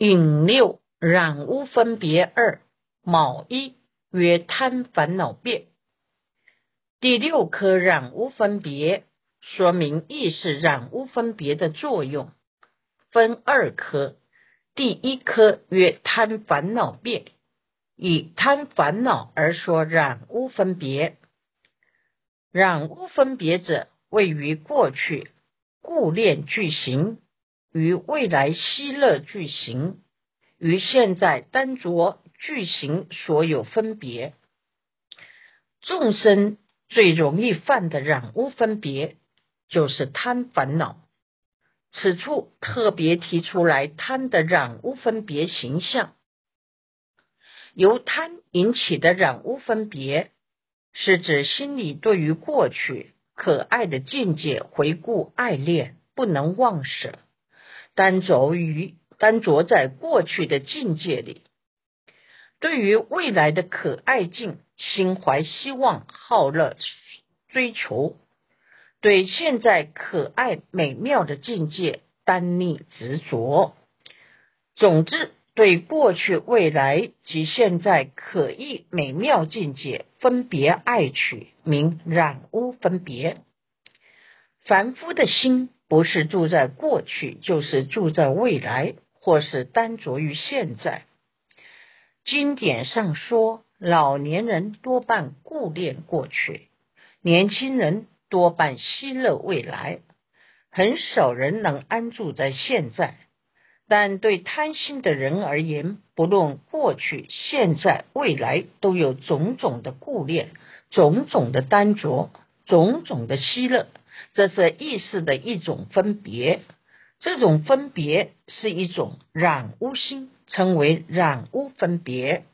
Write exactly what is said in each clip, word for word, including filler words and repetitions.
引六染污分别二，卯一曰贪烦恼变。第六颗染污分别，说明意识染污分别的作用，分二颗。第一颗曰贪烦恼变，以贪烦恼而说染污分别。染污分别者，位于过去故恋具行，于未来希乐具行，于现在单着具行所有分别。众生最容易犯的染污分别，就是贪烦恼。此处特别提出来贪的染污分别形象。由贪引起的染污分别，是指心里对于过去可爱的境界回顾爱恋，不能忘舍，单着于单着在过去的境界里，对于未来的可爱境心怀希望，好乐追求，对现在可爱美妙的境界单逆执着。总之，对过去未来及现在可意美妙境界分别爱取，名染污分别。凡夫的心不是住在过去，就是住在未来，或是单着于现在。经典上说，老年人多半顾恋过去，年轻人多半希乐未来，很少人能安住在现在。但对贪心的人而言，不论过去、现在、未来，都有种种的顾恋，种种的单着，种种的希乐，这是意识的一种分别。这种分别是一种染污心，称为染污分别。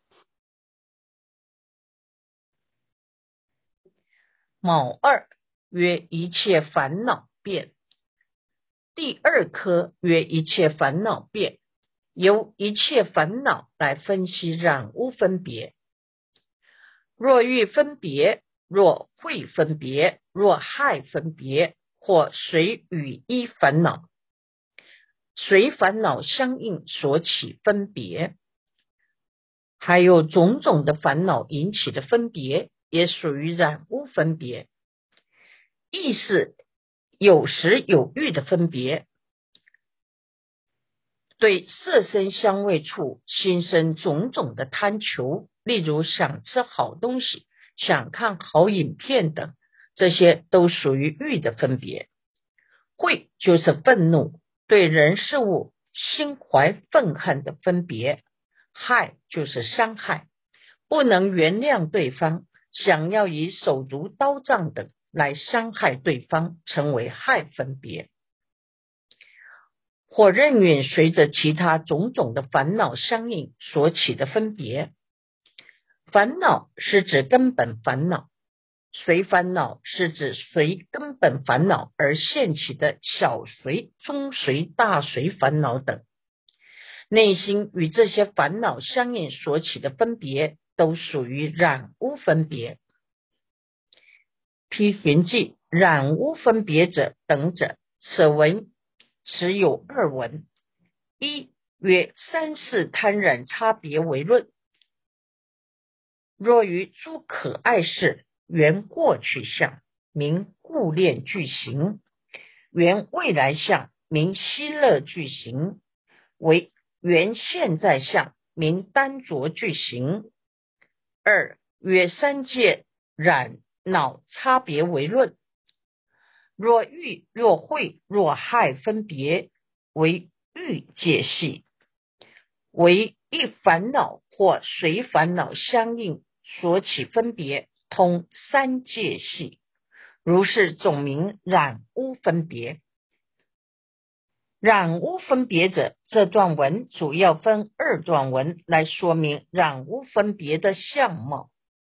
卯二曰一切烦恼变。第二颗曰一切烦恼变，由一切烦恼来分析染污分别。若欲分别，若会分别，若害分别，或随与一烦恼，随烦恼相应所起分别，还有种种的烦恼引起的分别，也属于染污分别。意识有时有欲的分别，对色身香味触心生种种的贪求，例如想吃好东西，想看好影片等，这些都属于欲的分别。恚就是愤怒，对人事物心怀愤恨的分别。害就是伤害，不能原谅对方，想要以手足刀杖等来伤害对方，称为害分别。或任运随着其他种种的烦恼相应所起的分别。烦恼是指根本烦恼，随烦恼是指随根本烦恼而现起的小随、中随、大随烦恼等。内心与这些烦恼相应所起的分别，都属于染污分别。批评记染污分别者等者，此文只有二文。一曰三世贪染差别为论。若于诸可爱事，原过去相，名故恋具行；原未来相，名希乐具行；为原现在相，名单着具行。二曰三界染恼差别为论。若欲若会若害分别，为欲界系，为一烦恼或随烦恼相应所起分别，通三界系，如是总名染污分别。染污分别者，这段文主要分二段文来说明染污分别的相貌。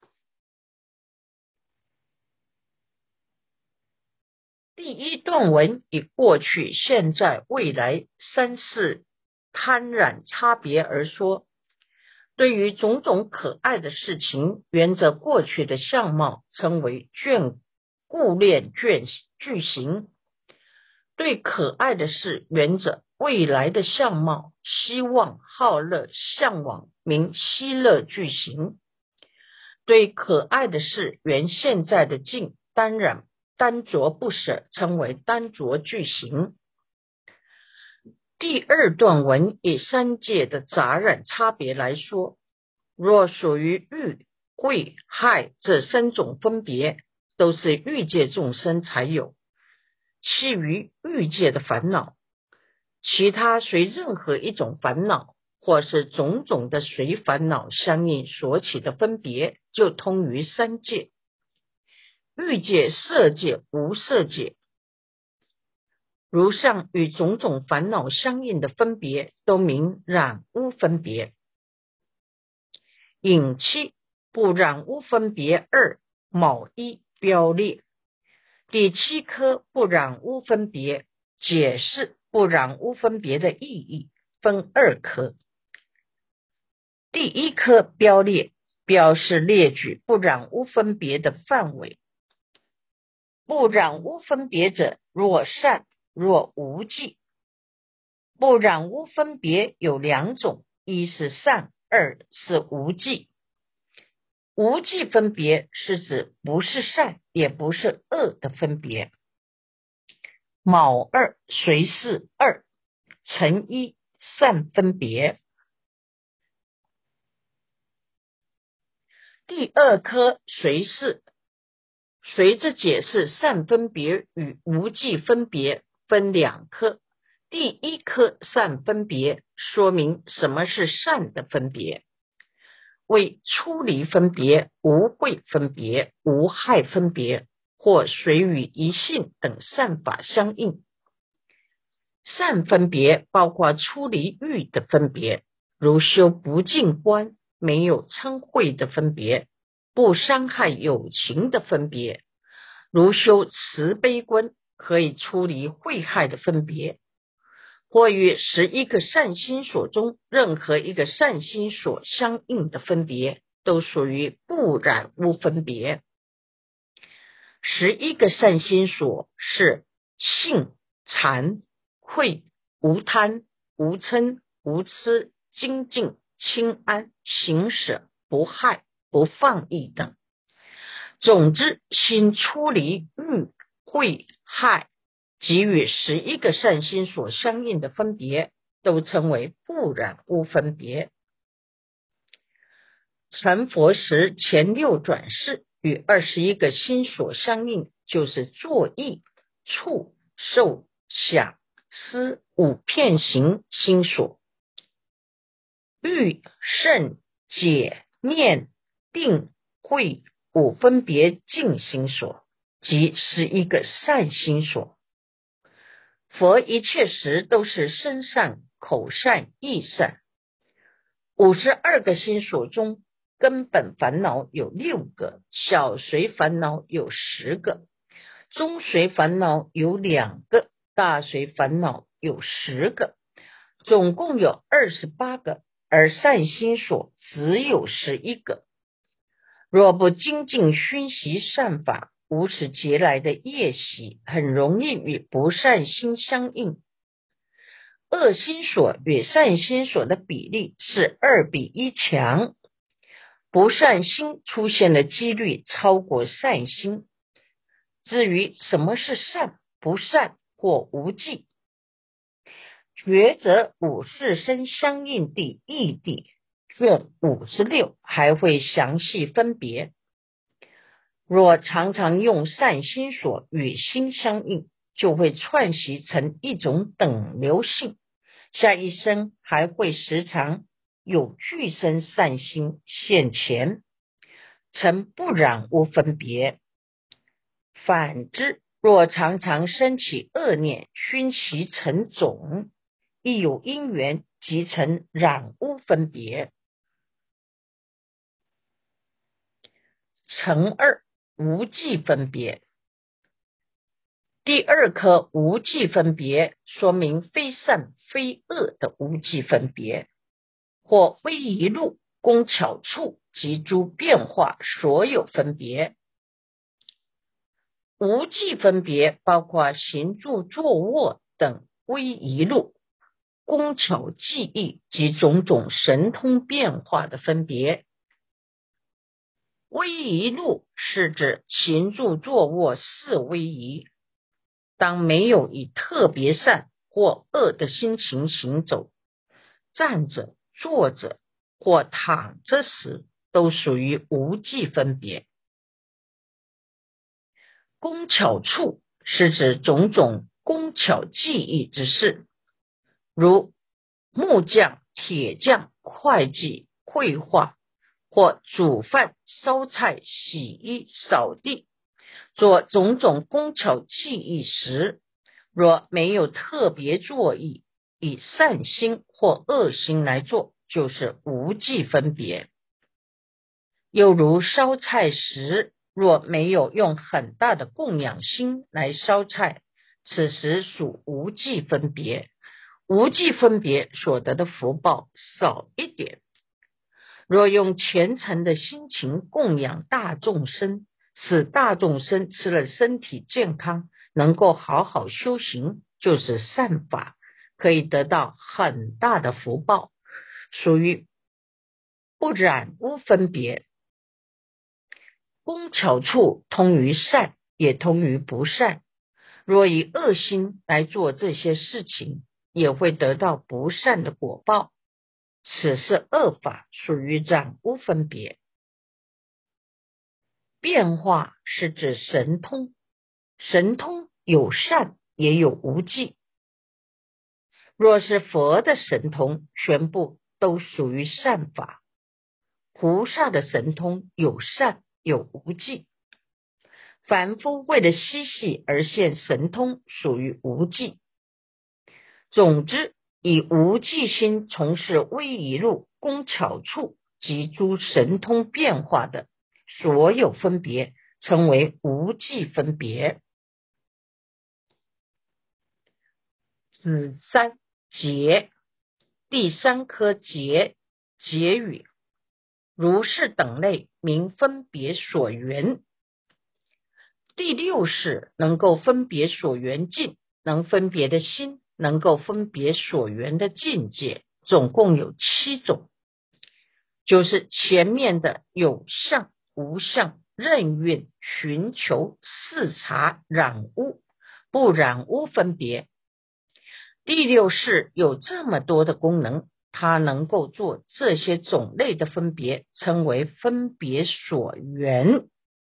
第一段文以过去、现在、未来三世贪染差别而说，对于种种可爱的事情，沿着过去的相貌称为眷故恋眷具行；对可爱的事，原着未来的相貌，希望、好乐、向往，名希乐具行。对可爱的事，缘现在的境，当然单着不舍，称为单着具行。第二段文以三界的杂染差别来说，若属于欲、慧、害这三种分别，都是欲界众生才有，系于欲界的烦恼。其他随任何一种烦恼，或是种种的随烦恼相应所起的分别，就通于三界：欲界、色界、无色界。如上与种种烦恼相应的分别，都名染污分别。引七不染污分别二卯一标列。第七颗不染污分别，解释不染污分别的意义，分二颗。第一颗标列，标示列举不染污分别的范围。不染污分别者，若善若无记。不染污分别有两种，一是善，二是无记。无记分别是指不是善也不是恶的分别。卯二随是二乘一善分别。第二颗随是，随着解释善分别与无记分别分两颗。第一颗善分别说明什么是善的分别，为出离分别、无慧分别、无害分别，或随与一性等善法相应。善分别包括出离欲的分别，如修不净观没有嗔恚的分别，不伤害有情的分别，如修慈悲观可以出离慧害的分别，或与十一个善心所中任何一个善心所相应的分别，都属于不染污分别。十一个善心所是信、禅、慧、无贪、无嗔、无痴、精进、清安、行舍、不害、不放逸等。总之，心出离欲、慧、害及与十一个善心所相应的分别，都称为不染污分别。成佛时前六转世与二十一个心所相应，就是作意、触、受、想、思五片行心所。欲、胜、解、念、定、慧五分别净心所，即十一个善心所。佛一切时都是身善、口善、意善。五十二个心所中，根本烦恼有六个，小随烦恼有十个，中随烦恼有两个，大随烦恼有十个，总共有二十八个，而善心所只有十一个。若不精进熏习善法，无始劫来的业习很容易与不善心相应。恶心所与善心所的比例是二比一强，不善心出现的几率超过善心。至于什么是善、不善或无记，觉者五世生相应地义地卷五十六还会详细分别。若常常用善心所与心相应，就会串习成一种等流性，下一生还会时常有具生善心现前，成不染污分别。反之，若常常生起恶念，熏习成种，一有因缘即成染污分别。成二无记分别。第二颗无记分别，说明非善非恶的无记分别，或微一路、工巧处及诸变化所有分别。无记分别包括行住坐卧等微一路， 工巧技艺及种种神通变化的分别。威仪路是指行住坐卧四威仪，当没有以特别善或恶的心情行走，站着、坐着或躺着时，都属于无记分别。工巧处是指种种工巧技艺之事，如木匠、铁匠、会计、绘画，或煮饭、烧菜、洗衣、扫地，做种种工巧技艺时，若没有特别作意，以善心或恶心来做，就是无记分别。又如烧菜时，若没有用很大的供养心来烧菜，此时属无记分别。无记分别所得的福报少一点。若用虔诚的心情供养大众生，使大众生吃了身体健康，能够好好修行，就是善法，可以得到很大的福报，属于不染污分别。工巧处通于善，也通于不善。若以恶心来做这些事情，也会得到不善的果报，此是恶法，属于染污分别。变化是指神通，神通有善也有无记。若是佛的神通，全部都属于善法；菩萨的神通有善有无记。凡夫为了嬉戏而现神通，属于无记。总之，以无记心从事威仪路、工巧处及诸神通变化的所有分别，称为无记分别。子三节，第三科节，节语，如是等类名分别所缘。第六是能够分别所缘境，能分别的心，能够分别所缘的境界，总共有七种，就是前面的有相、无相、任运、寻求、视察、染污、不染污分别。第六是有这么多的功能，它能够做这些种类的分别，称为分别所缘。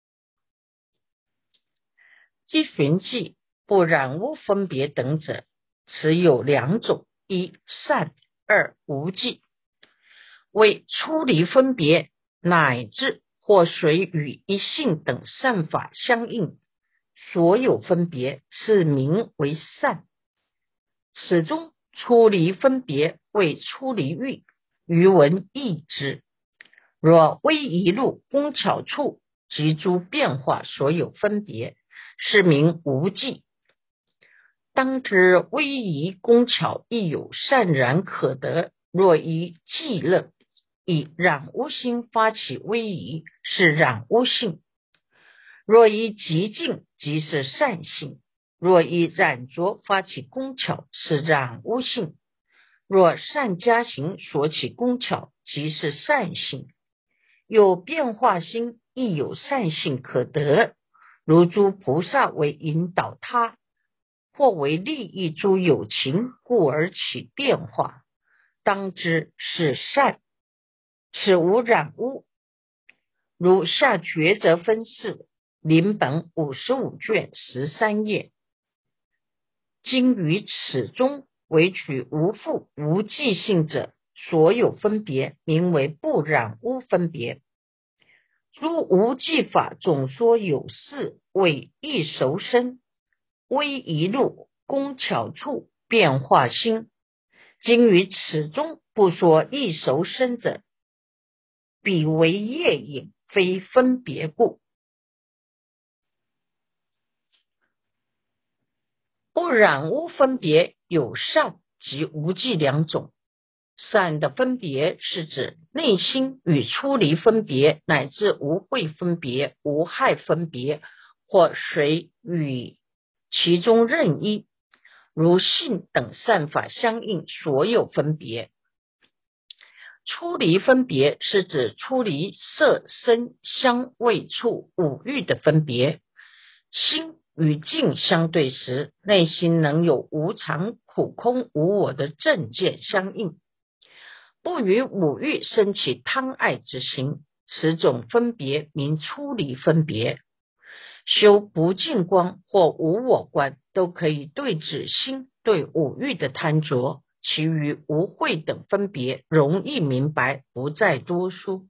即寻迹、不染污分别等者，此有两种：一善，二无记。为出离分别，乃至或随与一性等善法相应，所有分别是名为善。此中出离分别为出离欲，余文义之。若威仪路、工巧处及诸变化所有分别，是名无记。当知威仪工巧亦有善然可得，若以伎乐，以染污心发起威仪，是染污性；若以极静，即是善性；若以染浊发起工巧，是染污性；若善加行所起工巧，即是善性。有变化心，亦有善性可得，如诸菩萨为引导他，或为利益诸有情，故而起变化，当知是善，此无染污。如下抉择分释，临本五十五卷十三页。今于此中唯取无复无记性者，所有分别名为不染污分别。诸无记法总说有四，为易熟身、威仪路、工巧处、变化心。今于此中不说易熟身者，彼为业影，非分别故。不染污分别有善及无记两种。善的分别是指内心与出离分别，乃至无慧分别、无害分别，或随与其中任一。 如性等善法相应所有分别。出离分别是指出离色声香味触五欲的分别。心与境相对时，内心能有无常苦空无我的正见相应，不与五欲生起贪爱之心，此种分别名出离分别。修不净观或无我观，都可以对治心对五欲的贪着，其余无慧等分别容易明白，不再多说。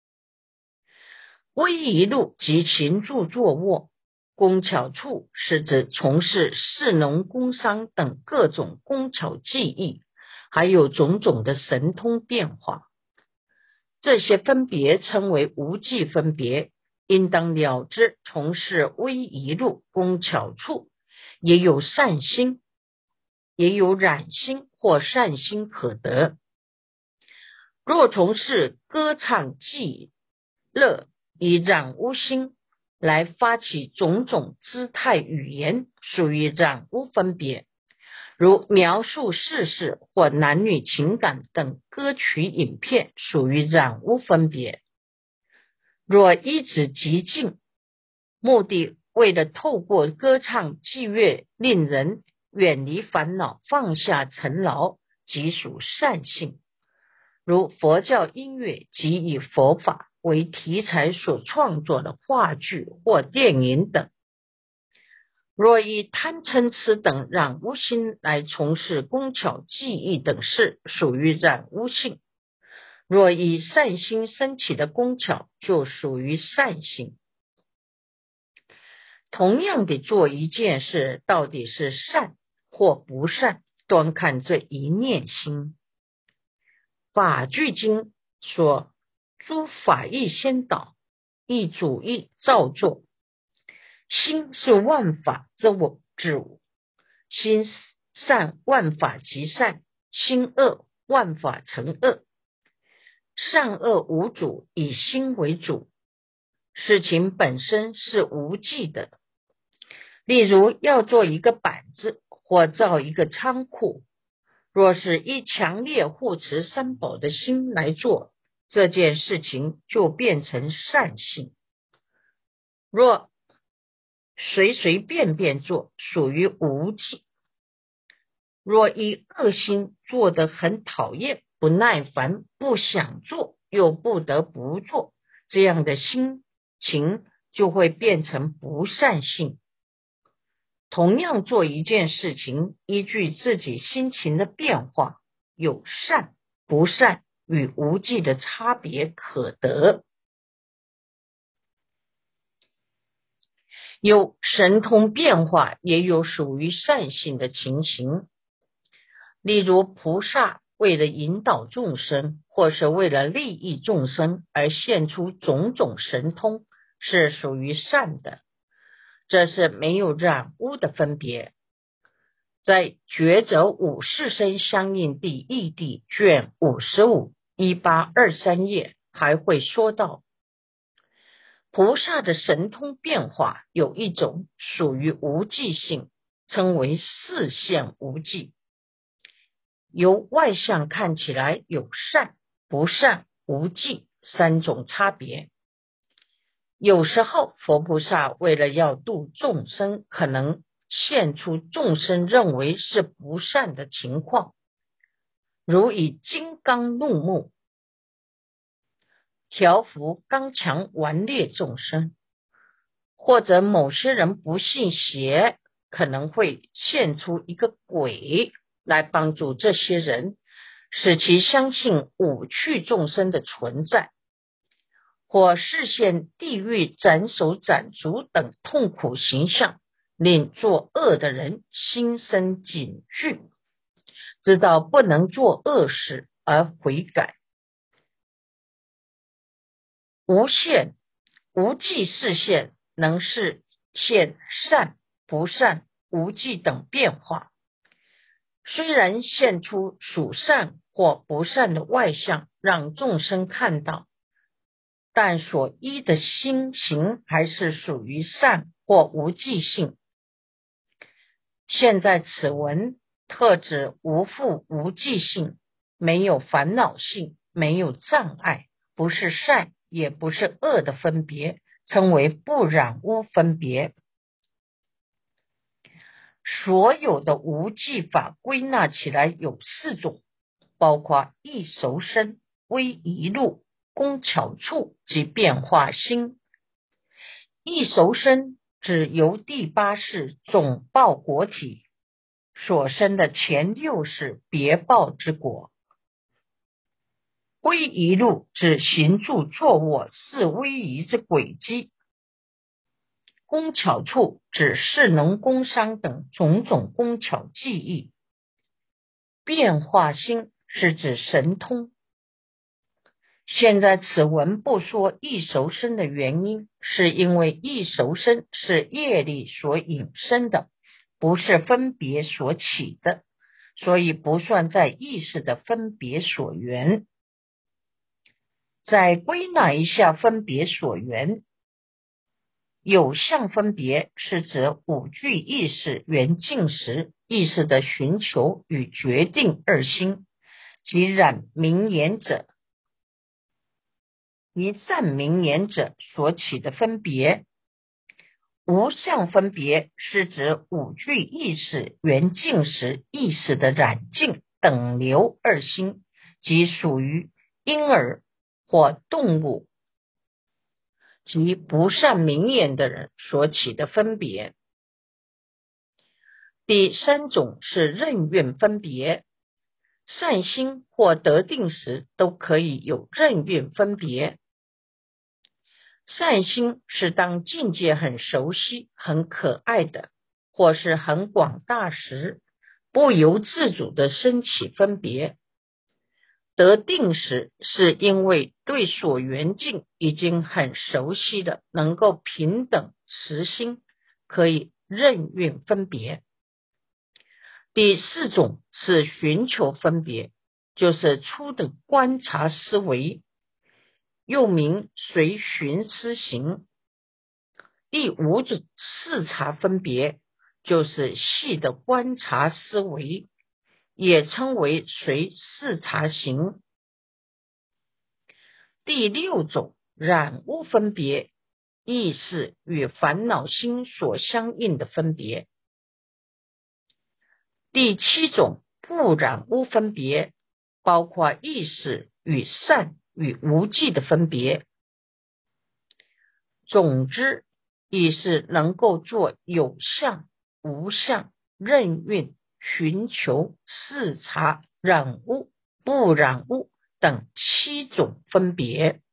威仪路及行住坐卧工巧处，是指从事士农工商等各种工巧技艺，还有种种的神通变化。这些分别称为无记分别，应当了知从事威仪路工巧处，也有善心，也有染心或善心可得。若从事歌唱伎乐，以染污心来发起种种姿态语言，属于染污分别。如描述世事或男女情感等歌曲影片，属于染污分别。若依止极静，目的为了透过歌唱伎乐令人远离烦恼，放下尘劳，即属善性。如佛教音乐及以佛法为题材所创作的话剧或电影等。若以贪嗔痴等染污心来从事工巧技艺等事，属于染污性。若以善心升起的工巧，就属于善性。同样的做一件事，到底是善或不善，端看这一念心。法句经说，诸法意先导，意主意造作。心是万法之主，心善万法即善，心恶万法成恶。善恶无主，以心为主。事情本身是无记的。例如要做一个板子，或造一个仓库，若是以强烈护持三宝的心来做，这件事情就变成善性。若随随便便做，属于无记。若以恶心做得很讨厌、不耐烦、不想做，又不得不做，这样的心情就会变成不善性。同样做一件事情，依据自己心情的变化，有善、不善与无记的差别可得。有神通变化，也有属于善性的情形。例如菩萨为了引导众生，或是为了利益众生而现出种种神通，是属于善的，这是没有染污的分别。在觉者五世身相应第义谛卷五十五一八二三页还会说到，菩萨的神通变化有一种属于无记性，称为四现无记。由外相看起来有善、不善、无记三种差别。有时候佛菩萨为了要度众生，可能现出众生认为是不善的情况，如以金刚怒目调伏刚强顽劣众生，或者某些人不信邪，可能会现出一个鬼来帮助这些人，使其相信五趣众生的存在，或示现地狱斩首斩足等痛苦形象，令作恶的人心生警惧，知道不能做恶事而悔改。无现无记示现能示现善、不善、无记等变化，虽然现出属善或不善的外相让众生看到，但所依的心行还是属于善或无记性。现在此文特指无复无记性，没有烦恼性，没有障碍，不是善也不是恶的分别，称为不染污分别。所有的无记法归纳起来有四种，包括易熟生、微移入、工巧处及变化心。易熟生指由第八世总报果体所生的前六世别报之果。微移入指行住坐卧四微移之轨迹。工巧处指士农工商等种种工巧技艺。变化心是指神通。现在此文不说易熟生的原因，是因为易熟生是业力所引生的，不是分别所起的，所以不算在意识的分别所缘。再归纳一下分别所缘。有相分别是指五具意识缘境时意识的寻求与决定二心，即染名言者以善名言者所起的分别。无相分别是指五具意识缘境时意识的染净等流二心，即属于婴儿或动物及不善名言的人所起的分别。第三种是任运分别，善心或得定时都可以有任运分别。善心是当境界很熟悉、很可爱的，或是很广大时，不由自主的升起分别。得定时是因为对所缘境已经很熟悉的，能够平等持心，可以任运分别。第四种是寻求分别，就是初的观察思维，又名随寻思行。第五种视察分别，就是细的观察思维，也称为随视察行。第六种染污分别，意识与烦恼心所相应的分别。第七种不染污分别，包括意识与善与无记的分别。总之，意识能够做有相、无相、任运、寻求、视察、染污、不染污等七种分别。